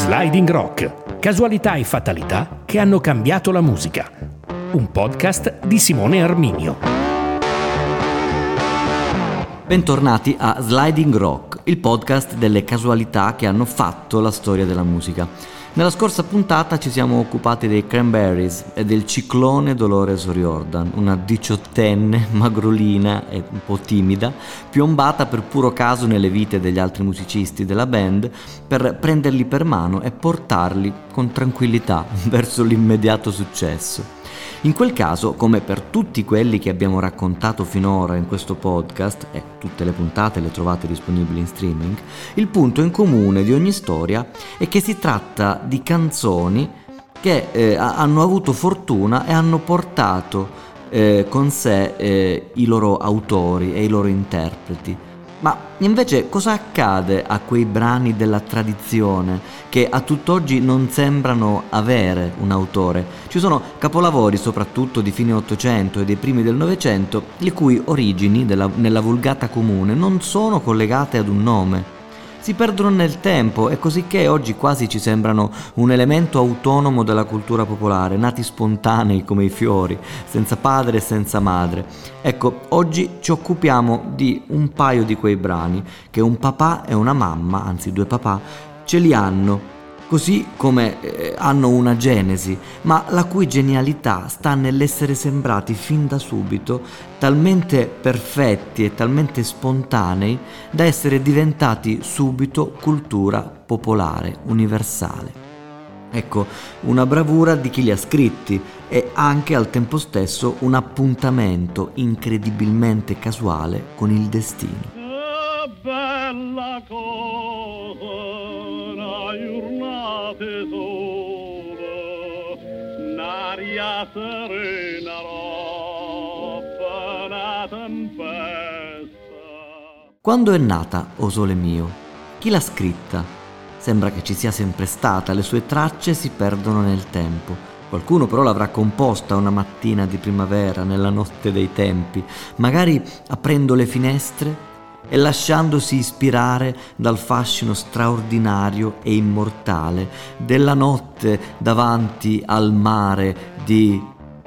Sliding Rock, casualità e fatalità che hanno cambiato la musica. Un podcast di Simone Arminio. Bentornati a Sliding Rock, il podcast delle casualità che hanno fatto la storia della musica. Nella scorsa puntata ci siamo occupati dei Cranberries e del ciclone Dolores O'Riordan, una diciottenne magrolina e un po' timida, piombata per puro caso nelle vite degli altri musicisti della band per prenderli per mano e portarli con tranquillità verso l'immediato successo. In quel caso, come per tutti quelli che abbiamo raccontato finora in questo podcast, e tutte le puntate le trovate disponibili in streaming, il punto in comune di ogni storia è che si tratta di canzoni che hanno avuto fortuna e hanno portato con sé i loro autori e i loro interpreti. Ma invece cosa accade a quei brani della tradizione che a tutt'oggi non sembrano avere un autore? Ci sono capolavori, soprattutto di fine Ottocento e dei primi del Novecento, le cui origini nella vulgata comune non sono collegate ad un nome. Si perdono nel tempo e cosicché oggi quasi ci sembrano un elemento autonomo della cultura popolare, nati spontanei come i fiori, senza padre e senza madre. Ecco, oggi ci occupiamo di un paio di quei brani che un papà e una mamma, anzi due papà, ce li hanno. Così come hanno una genesi, ma la cui genialità sta nell'essere sembrati fin da subito talmente perfetti e talmente spontanei da essere diventati subito cultura popolare, universale. Ecco, una bravura di chi li ha scritti e anche al tempo stesso un appuntamento incredibilmente casuale con il destino. Che bella cosa, una giornata sola, un'aria serena, una tempesta. Quando è nata O Sole Mio? Chi l'ha scritta? Sembra che ci sia sempre stata, le sue tracce si perdono nel tempo. Qualcuno però l'avrà composta una mattina di primavera, nella notte dei tempi, magari aprendo le finestre e lasciandosi ispirare dal fascino straordinario e immortale della notte davanti al mare di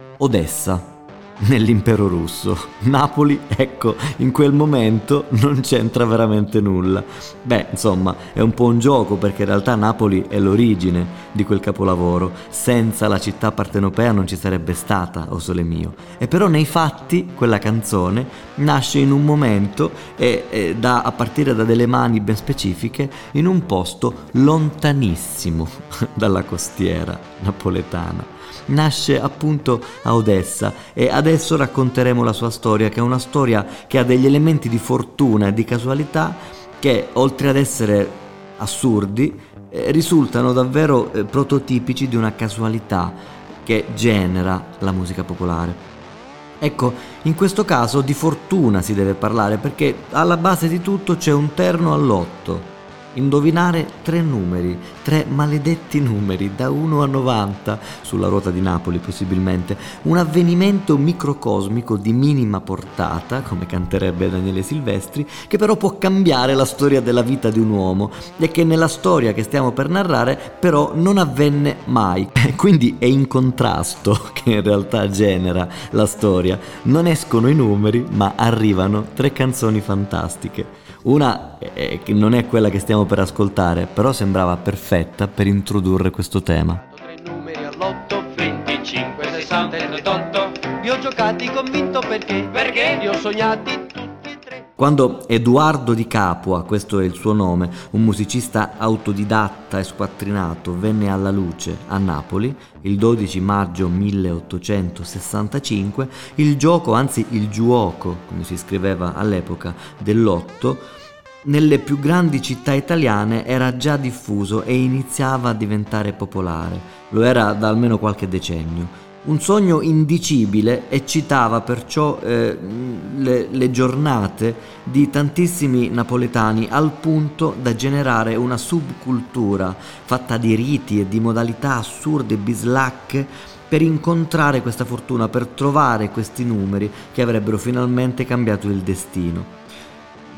Odessa, nell'impero russo. Napoli, ecco, in quel momento non c'entra veramente nulla. Beh, insomma, è un po' un gioco perché in realtà Napoli è l'origine di quel capolavoro. Senza la città partenopea non ci sarebbe stata O Sole Mio. E però nei fatti quella canzone nasce in un momento e a partire da delle mani ben specifiche in un posto lontanissimo dalla costiera napoletana. Nasce appunto a Odessa e adesso racconteremo la sua storia, che è una storia che ha degli elementi di fortuna e di casualità che, oltre ad essere assurdi, risultano davvero prototipici di una casualità che genera la musica popolare. Ecco, in questo caso di fortuna si deve parlare perché alla base di tutto c'è un terno all'otto. Indovinare 3 numeri, 3 maledetti numeri, da 1 a 90, sulla ruota di Napoli possibilmente, un avvenimento microcosmico di minima portata, come canterebbe Daniele Silvestri, che però può cambiare la storia della vita di un uomo e che nella storia che stiamo per narrare però non avvenne mai. Quindi è in contrasto che in realtà genera la storia. Non escono i numeri, ma arrivano 3 canzoni fantastiche. Una che non è quella che stiamo per ascoltare, però sembrava perfetta per introdurre questo tema. 3 numeri all'otto, 25, 60 e 38. Li ho giocati convinto perché li ho sognati tutti e 3. Quando Edoardo Di Capua, questo è il suo nome, un musicista autodidatta e squattrinato, venne alla luce a Napoli il 12 maggio 1865, il giuoco, come si scriveva all'epoca, dell'otto, nelle più grandi città italiane era già diffuso e iniziava a diventare popolare. Lo era da almeno qualche decennio. Un sogno indicibile eccitava perciò le giornate di tantissimi napoletani al punto da generare una subcultura fatta di riti e di modalità assurde e bislacche per incontrare questa fortuna, per trovare questi numeri che avrebbero finalmente cambiato il destino.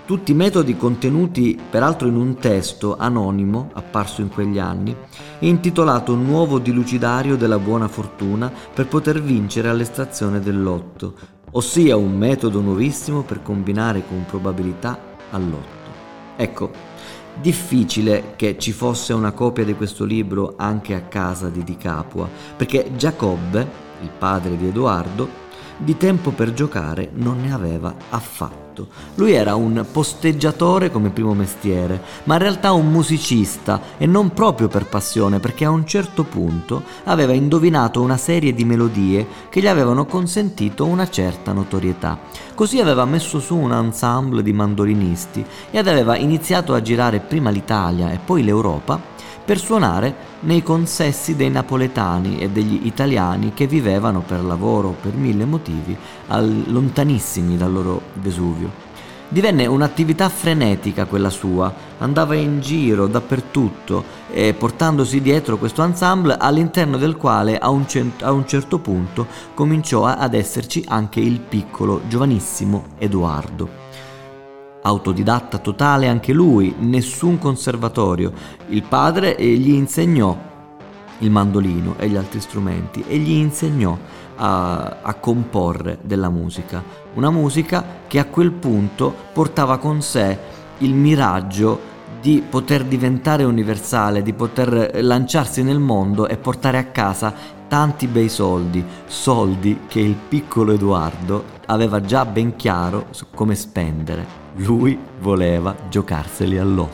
tutti metodi contenuti peraltro in un testo anonimo apparso in quegli anni e intitolato Nuovo dilucidario della buona fortuna per poter vincere all'estrazione del lotto, ossia un metodo nuovissimo per combinare con probabilità al lotto. Ecco, difficile che ci fosse una copia di questo libro anche a casa di Di Capua, perché Giacobbe, il padre di Edoardo, di tempo per giocare non ne aveva affatto. Lui era un posteggiatore come primo mestiere, ma in realtà un musicista, e non proprio per passione, perché a un certo punto aveva indovinato una serie di melodie che gli avevano consentito una certa notorietà. Così aveva messo su un ensemble di mandolinisti ed aveva iniziato a girare prima l'Italia e poi l'Europa per suonare nei consessi dei napoletani e degli italiani che vivevano per lavoro o per mille motivi lontanissimi dal loro Vesuvio. Divenne un'attività frenetica quella sua, andava in giro dappertutto portandosi dietro questo ensemble all'interno del quale a un certo punto cominciò ad esserci anche il piccolo, giovanissimo Edoardo. Autodidatta totale anche lui, nessun conservatorio. Il padre gli insegnò il mandolino e gli altri strumenti e gli insegnò a comporre della musica, una musica che a quel punto portava con sé il miraggio di poter diventare universale, di poter lanciarsi nel mondo e portare a casa tanti bei soldi che il piccolo Edoardo aveva già ben chiaro su come spendere. Lui voleva giocarseli al lotto.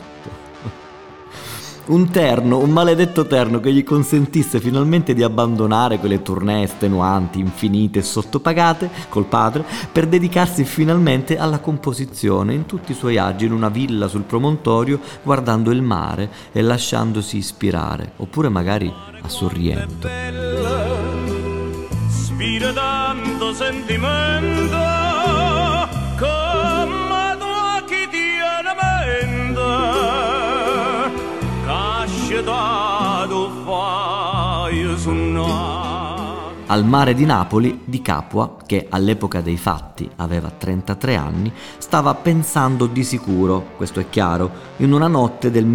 Un maledetto terno che gli consentisse finalmente di abbandonare quelle tournée estenuanti, infinite e sottopagate col padre per dedicarsi finalmente alla composizione in tutti i suoi agi in una villa sul promontorio, guardando il mare e lasciandosi ispirare, oppure magari a Sorrento. Spira tanto sentimento come tu chi ti lamenta, casciato fai su noi. Al mare di Napoli, Di Capua, che all'epoca dei fatti aveva 33 anni, stava pensando di sicuro, questo è chiaro, in una notte del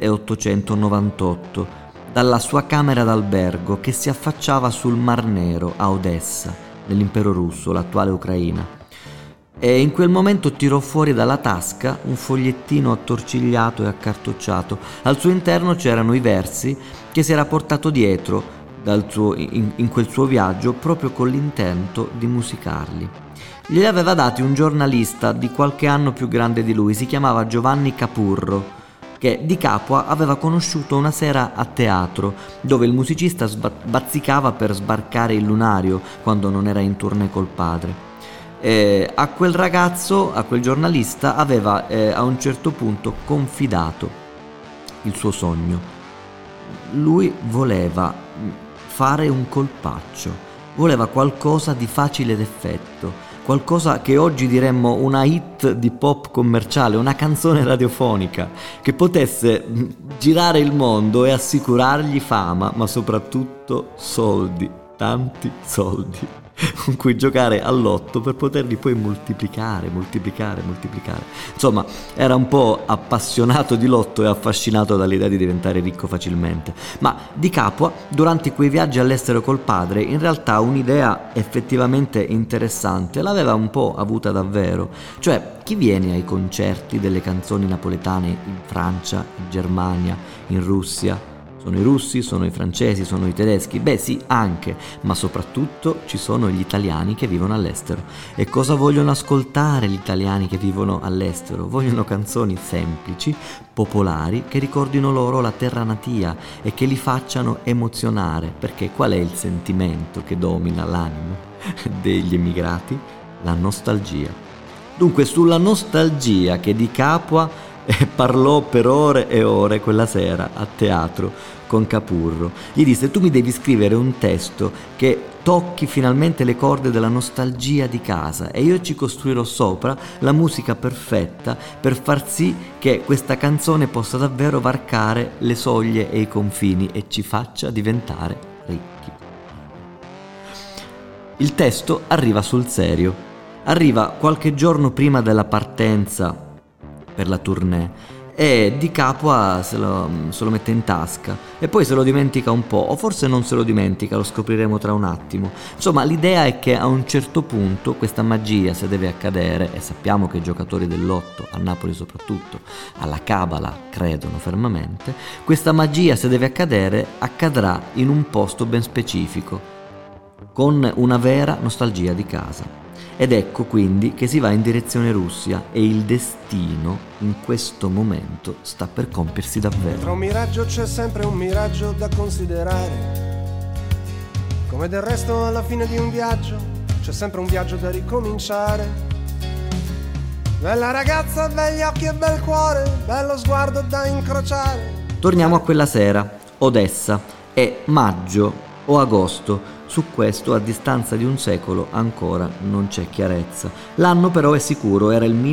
1898, dalla sua camera d'albergo che si affacciava sul Mar Nero a Odessa, nell'impero russo, l'attuale Ucraina. E in quel momento tirò fuori dalla tasca un fogliettino attorcigliato e accartocciato. Al suo interno c'erano i versi che si era portato dietro in quel suo viaggio proprio con l'intento di musicarli. Glieli aveva dati un giornalista di qualche anno più grande di lui, si chiamava Giovanni Capurro, che Di Capua aveva conosciuto una sera a teatro, dove il musicista bazzicava per sbarcare il lunario quando non era in tournée col padre. A quel ragazzo, a quel giornalista, aveva a un certo punto confidato il suo sogno. Lui voleva fare un colpaccio, voleva qualcosa di facile d'effetto, qualcosa che oggi diremmo una hit di pop commerciale, una canzone radiofonica che potesse girare il mondo e assicurargli fama, ma soprattutto soldi, tanti soldi con cui giocare al lotto per poterli poi moltiplicare. Insomma, era un po' appassionato di lotto e affascinato dall'idea di diventare ricco facilmente. Ma Di Capua, durante quei viaggi all'estero col padre, in realtà un'idea effettivamente interessante l'aveva un po' avuta davvero. Cioè, chi viene ai concerti delle canzoni napoletane in Francia, in Germania, in Russia? Sono i russi, sono i francesi, sono i tedeschi? Beh sì, anche, ma soprattutto ci sono gli italiani che vivono all'estero. E cosa vogliono ascoltare gli italiani che vivono all'estero? Vogliono canzoni semplici, popolari, che ricordino loro la terra natia e che li facciano emozionare, perché qual è il sentimento che domina l'animo degli emigrati? La nostalgia. Dunque, sulla nostalgia che Di Capua parlò per ore e ore quella sera a teatro con Capurro. Gli disse: tu mi devi scrivere un testo che tocchi finalmente le corde della nostalgia di casa e io ci costruirò sopra la musica perfetta per far sì che questa canzone possa davvero varcare le soglie e i confini e ci faccia diventare ricchi. Il testo arriva sul serio. Arriva qualche giorno prima della partenza per la tournée, e Di Capua se lo mette in tasca e poi se lo dimentica un po', o forse non se lo dimentica, lo scopriremo tra un attimo. Insomma, l'idea è che a un certo punto questa magia, se deve accadere, e sappiamo che i giocatori del lotto, a Napoli soprattutto, alla cabala credono fermamente, questa magia, se deve accadere, accadrà in un posto ben specifico, con una vera nostalgia di casa. Ed ecco quindi che si va in direzione Russia e il destino in questo momento sta per compiersi davvero. Tra un miraggio c'è sempre un miraggio da considerare, come del resto alla fine di un viaggio c'è sempre un viaggio da ricominciare. Bella ragazza, begli occhi e bel cuore, bello sguardo da incrociare. Torniamo a quella sera, Odessa, è maggio o agosto. Su questo, a distanza di un secolo, ancora non c'è chiarezza. L'anno però è sicuro, era il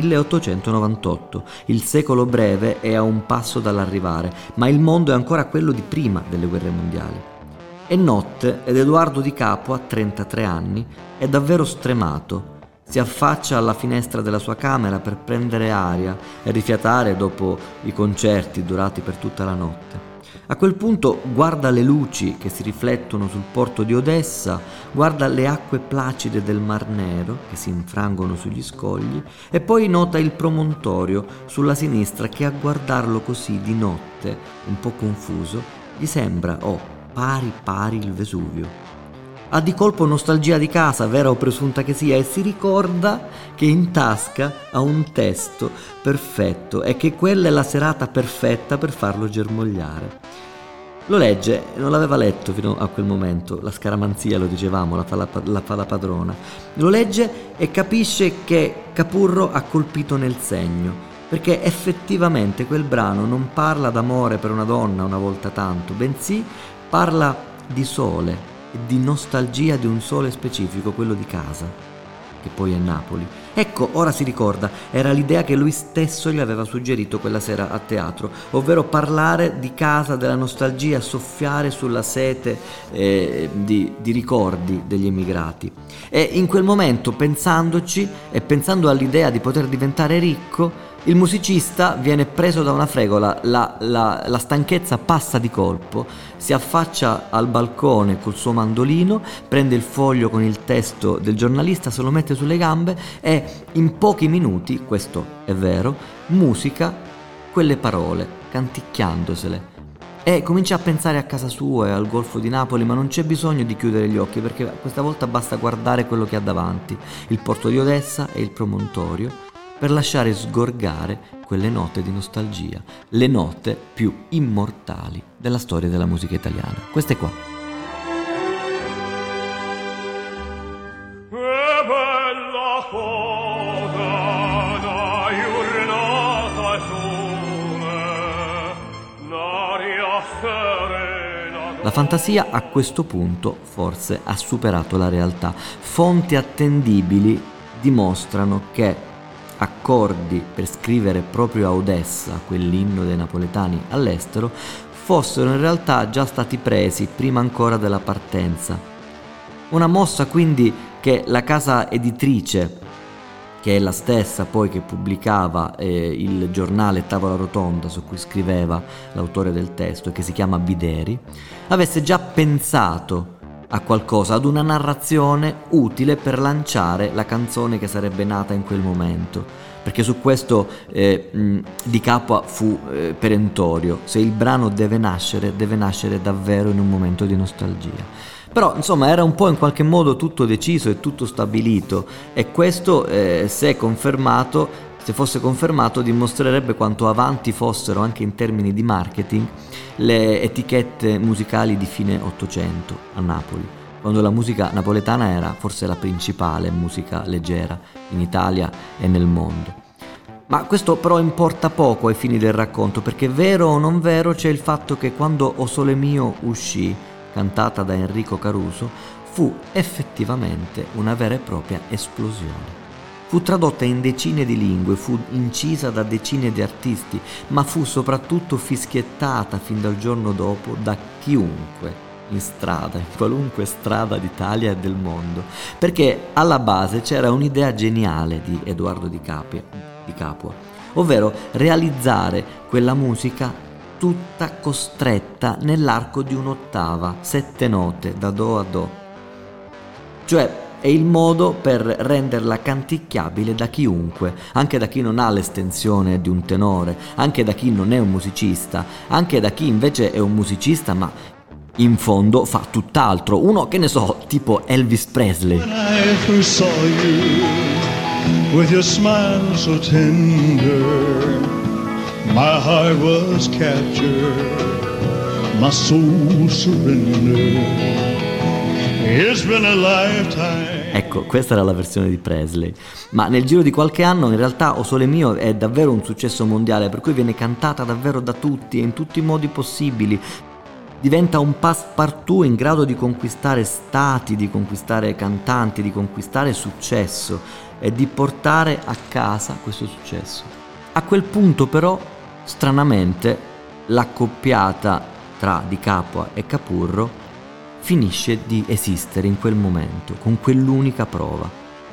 1898. Il secolo breve è a un passo dall'arrivare, ma il mondo è ancora quello di prima delle guerre mondiali. È notte ed Edoardo Di Capua, 33 anni, è davvero stremato. Si affaccia alla finestra della sua camera per prendere aria e rifiatare dopo i concerti durati per tutta la notte. A quel punto guarda le luci che si riflettono sul porto di Odessa, guarda le acque placide del Mar Nero che si infrangono sugli scogli e poi nota il promontorio sulla sinistra che, a guardarlo così di notte, un po' confuso, gli sembra, pari il Vesuvio. Ha di colpo nostalgia di casa, vera o presunta che sia, e si ricorda che in tasca ha un testo perfetto e che quella è la serata perfetta per farlo germogliare. Lo legge, non l'aveva letto fino a quel momento, la scaramanzia, lo dicevamo, la fa la padrona. Lo legge e capisce che Capurro ha colpito nel segno, perché effettivamente quel brano non parla d'amore per una donna una volta tanto, bensì parla di sole, di nostalgia di un sole specifico, quello di casa, che poi è Napoli. Ecco, ora si ricorda, era l'idea che lui stesso gli aveva suggerito quella sera a teatro, ovvero parlare di casa, della nostalgia, soffiare sulla sete di ricordi degli emigrati. E in quel momento, pensandoci e pensando all'idea di poter diventare ricco, il musicista viene preso da una fregola, la stanchezza passa di colpo, si affaccia al balcone col suo mandolino, prende il foglio con il testo del giornalista, se lo mette sulle gambe e in pochi minuti, questo è vero, musica quelle parole, canticchiandosele. E comincia a pensare a casa sua e al Golfo di Napoli, ma non c'è bisogno di chiudere gli occhi, perché questa volta basta guardare quello che ha davanti, il porto di Odessa e il promontorio, per lasciare sgorgare quelle note di nostalgia, le note più immortali della storia della musica italiana. Queste qua. La fantasia a questo punto forse ha superato la realtà. Fonti attendibili dimostrano che accordi per scrivere proprio a Odessa, quell'inno dei napoletani all'estero, fossero in realtà già stati presi prima ancora della partenza. Una mossa quindi che la casa editrice, che è la stessa poi che pubblicava il giornale Tavola Rotonda su cui scriveva l'autore del testo e che si chiama Bideri, avesse già pensato a qualcosa, ad una narrazione utile per lanciare la canzone che sarebbe nata in quel momento, perché su questo Di Capua fu perentorio: se il brano deve nascere davvero in un momento di nostalgia. Però insomma era un po' in qualche modo tutto deciso e tutto stabilito, e questo se fosse confermato dimostrerebbe quanto avanti fossero anche in termini di marketing le etichette musicali di fine Ottocento a Napoli, quando la musica napoletana era forse la principale musica leggera in Italia e nel mondo. Ma questo però importa poco ai fini del racconto, perché vero o non vero c'è il fatto che quando O Sole Mio uscì, cantata da Enrico Caruso, fu effettivamente una vera e propria esplosione. Fu tradotta in decine di lingue, fu incisa da decine di artisti, ma fu soprattutto fischiettata fin dal giorno dopo da chiunque in strada, in qualunque strada d'Italia e del mondo, perché alla base c'era un'idea geniale di Edoardo Di Capua, ovvero realizzare quella musica tutta costretta nell'arco di un'ottava, 7 note, da do a do. Cioè è il modo per renderla canticchiabile da chiunque, anche da chi non ha l'estensione di un tenore, anche da chi non è un musicista, anche da chi invece è un musicista ma in fondo fa tutt'altro. Uno, che ne so, tipo Elvis Presley. When I first saw you with your smile so tender, my heart was captured, my soul surrendered. It's been a lifetime. Ecco, questa era la versione di Presley. Ma nel giro di qualche anno in realtà O Sole Mio è davvero un successo mondiale, per cui viene cantata davvero da tutti e in tutti i modi possibili. Diventa un passepartout in grado di conquistare stati, di conquistare cantanti, di conquistare successo e di portare a casa questo successo. A quel punto però, stranamente, l'accoppiata tra Di Capua e Capurro finisce di esistere in quel momento, con quell'unica prova.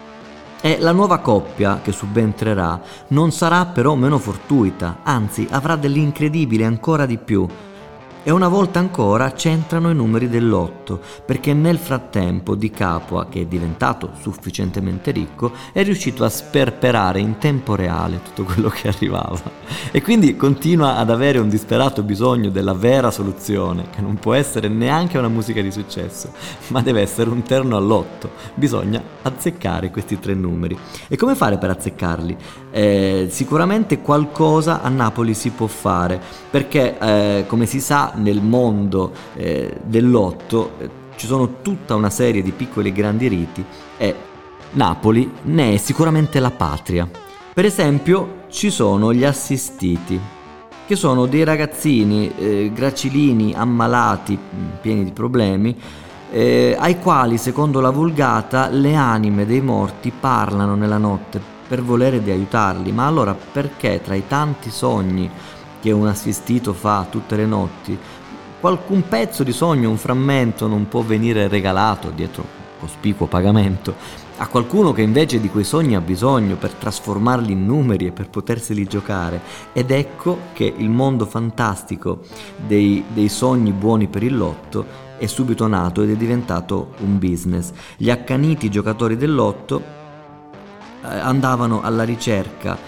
E la nuova coppia che subentrerà non sarà però meno fortuita, anzi avrà dell'incredibile ancora di più. E una volta ancora c'entrano i numeri del lotto, perché nel frattempo Di Capua, che è diventato sufficientemente ricco, è riuscito a sperperare in tempo reale tutto quello che arrivava e quindi continua ad avere un disperato bisogno della vera soluzione, che non può essere neanche una musica di successo, ma deve essere un terno al lotto. Bisogna azzeccare questi 3 numeri. E come fare per azzeccarli? Sicuramente qualcosa a Napoli si può fare, perché come si sa nel mondo del lotto ci sono tutta una serie di piccoli e grandi riti e Napoli ne è sicuramente la patria. Per esempio ci sono gli assistiti, che sono dei ragazzini gracilini, ammalati, pieni di problemi, ai quali, secondo la vulgata, le anime dei morti parlano nella notte per volere di aiutarli. Ma allora perché tra i tanti sogni che un assistito fa tutte le notti, qualcun pezzo di sogno, un frammento non può venire regalato dietro cospicuo pagamento a qualcuno che invece di quei sogni ha bisogno per trasformarli in numeri e per poterseli giocare? Ed ecco che il mondo fantastico dei sogni buoni per il lotto è subito nato ed è diventato un business. Gli accaniti giocatori del lotto andavano alla ricerca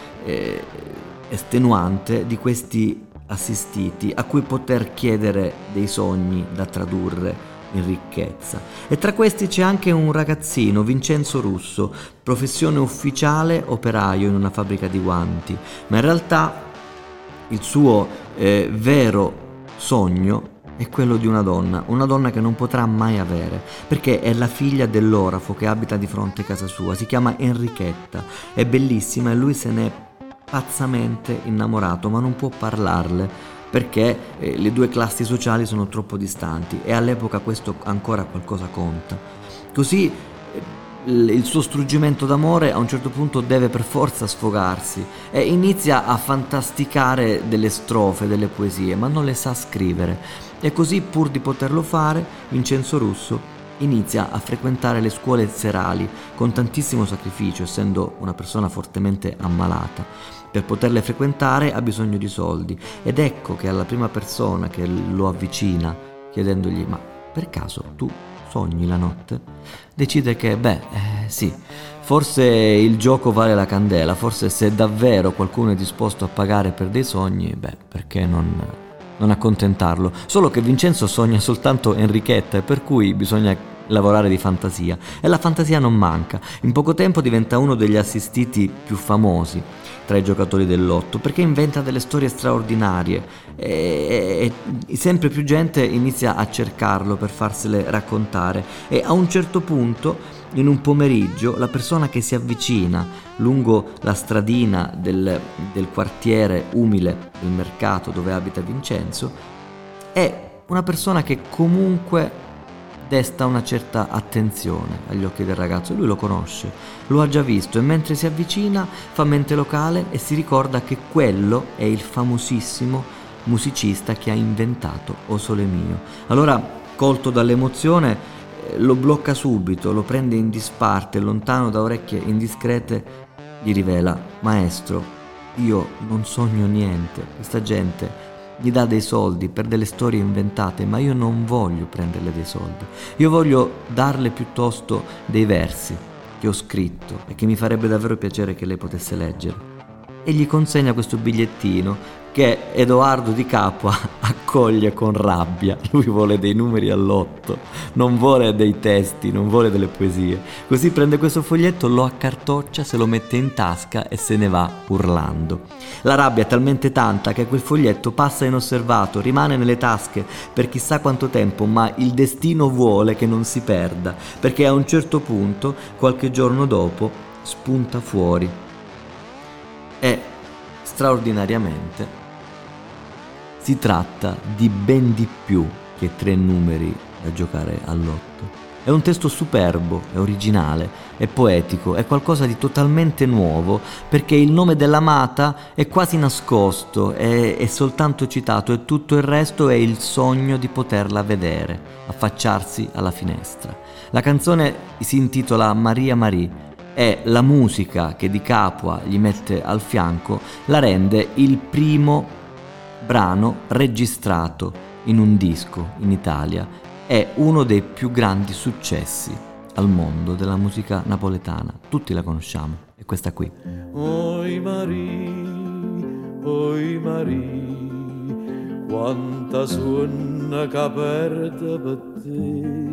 estenuante di questi assistiti a cui poter chiedere dei sogni da tradurre in ricchezza. E tra questi c'è anche un ragazzino, Vincenzo Russo, professione ufficiale operaio in una fabbrica di guanti, ma in realtà il suo vero sogno è quello di una donna che non potrà mai avere, perché è la figlia dell'orafo che abita di fronte a casa sua. Si chiama Enrichetta, è bellissima e lui se n'è pazzamente innamorato, ma non può parlarle perché le due classi sociali sono troppo distanti e all'epoca questo ancora qualcosa conta. Così il suo struggimento d'amore a un certo punto deve per forza sfogarsi e inizia a fantasticare delle strofe, delle poesie, ma non le sa scrivere. E così, pur di poterlo fare, Vincenzo Russo inizia a frequentare le scuole serali con tantissimo sacrificio, essendo una persona fortemente ammalata. Per poterle frequentare ha bisogno di soldi ed ecco che alla prima persona che lo avvicina chiedendogli: ma per caso tu sogni la notte? Decide che sì, forse il gioco vale la candela, forse se davvero qualcuno è disposto a pagare per dei sogni, perché non accontentarlo? Solo che Vincenzo sogna soltanto Enrichetta e per cui bisogna lavorare di fantasia e la fantasia non manca. In poco tempo diventa uno degli assistiti più famosi tra i giocatori del lotto perché inventa delle storie straordinarie e sempre più gente inizia a cercarlo per farsele raccontare e a un certo punto in un pomeriggio la persona che si avvicina lungo la stradina del quartiere umile del mercato dove abita Vincenzo è una persona che comunque desta una certa attenzione agli occhi del ragazzo. Lui lo conosce, lo ha già visto e mentre si avvicina fa mente locale e si ricorda che quello è il famosissimo musicista che ha inventato O Sole Mio. Allora, colto dall'emozione, lo blocca subito, lo prende in disparte, lontano da orecchie indiscrete, gli rivela: maestro, io non sogno niente, questa gente gli dà dei soldi per delle storie inventate, ma io non voglio prenderle dei soldi, io voglio darle piuttosto dei versi che ho scritto e che mi farebbe davvero piacere che lei potesse leggere. E gli consegna questo bigliettino che Edoardo Di Capua accoglie con rabbia. Lui vuole dei numeri all'8, non vuole dei testi, non vuole delle poesie. Così prende questo foglietto, lo accartoccia, se lo mette in tasca e se ne va urlando. La rabbia è talmente tanta che quel foglietto passa inosservato, rimane nelle tasche per chissà quanto tempo, ma il destino vuole che non si perda, perché a un certo punto, qualche giorno dopo, spunta fuori. E straordinariamente si tratta di ben di più che 3 numeri da giocare all'otto. È un testo superbo, è originale, è poetico, è qualcosa di totalmente nuovo, perché il nome dell'amata è quasi nascosto, è soltanto citato, e tutto il resto è il sogno di poterla vedere, affacciarsi alla finestra. La canzone si intitola Maria Marie, e la musica che Di Capua gli mette al fianco la rende il primo brano registrato in un disco in Italia. È uno dei più grandi successi al mondo della musica napoletana. Tutti la conosciamo, è questa qui. Oi Marie, quanta suona che perde per te.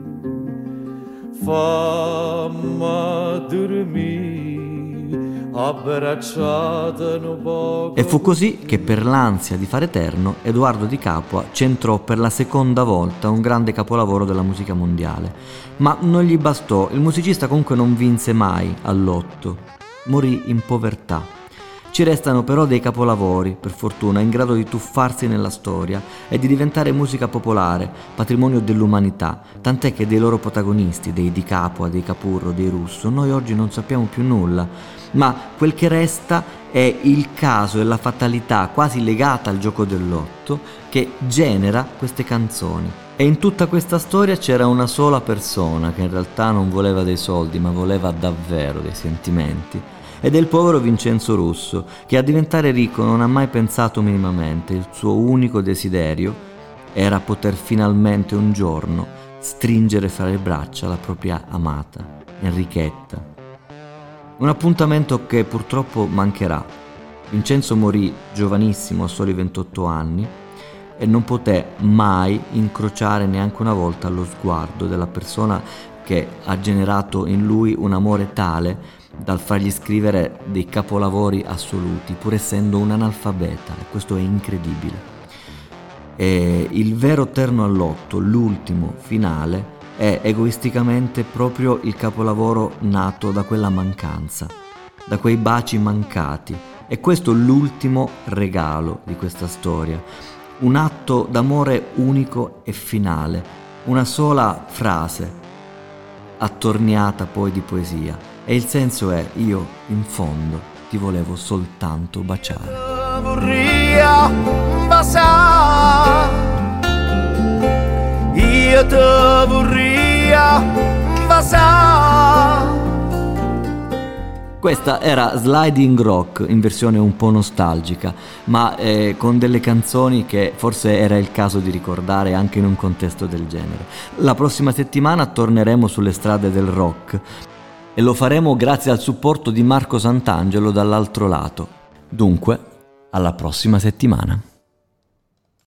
Famma dormire abbracciata un poco. E fu così che, per l'ansia di fare eterno, Edoardo Di Capua centrò per la seconda volta un grande capolavoro della musica mondiale. Ma non gli bastò, il musicista comunque non vinse mai all'otto, morì in povertà. Ci restano però dei capolavori, per fortuna, in grado di tuffarsi nella storia e di diventare musica popolare, patrimonio dell'umanità, tant'è che dei loro protagonisti, dei Di Capua, dei Capurro, dei Russo, noi oggi non sappiamo più nulla, ma quel che resta è il caso e la fatalità quasi legata al gioco dell'otto che genera queste canzoni. E in tutta questa storia c'era una sola persona che in realtà non voleva dei soldi, ma voleva davvero dei sentimenti. Ed è il povero Vincenzo Russo, che a diventare ricco non ha mai pensato minimamente. Il suo unico desiderio era poter finalmente un giorno stringere fra le braccia la propria amata, Enrichetta. Un appuntamento che purtroppo mancherà. Vincenzo morì giovanissimo, a soli 28 anni, e non poté mai incrociare neanche una volta lo sguardo della persona che ha generato in lui un amore tale dal fargli scrivere dei capolavori assoluti, pur essendo un analfabeta, e questo è incredibile. E il vero terno all'otto, l'ultimo finale, è egoisticamente proprio il capolavoro nato da quella mancanza, da quei baci mancati. E questo è l'ultimo regalo di questa storia, un atto d'amore unico e finale, una sola frase, attorniata poi di poesia. E il senso è: io in fondo ti volevo soltanto baciare. Io te vorria basare. Questa era Sliding Rock in versione un po' nostalgica, ma con delle canzoni che forse era il caso di ricordare anche in un contesto del genere. La prossima settimana torneremo sulle strade del rock e lo faremo grazie al supporto di Marco Sant'Angelo dall'altro lato. Dunque, alla prossima settimana.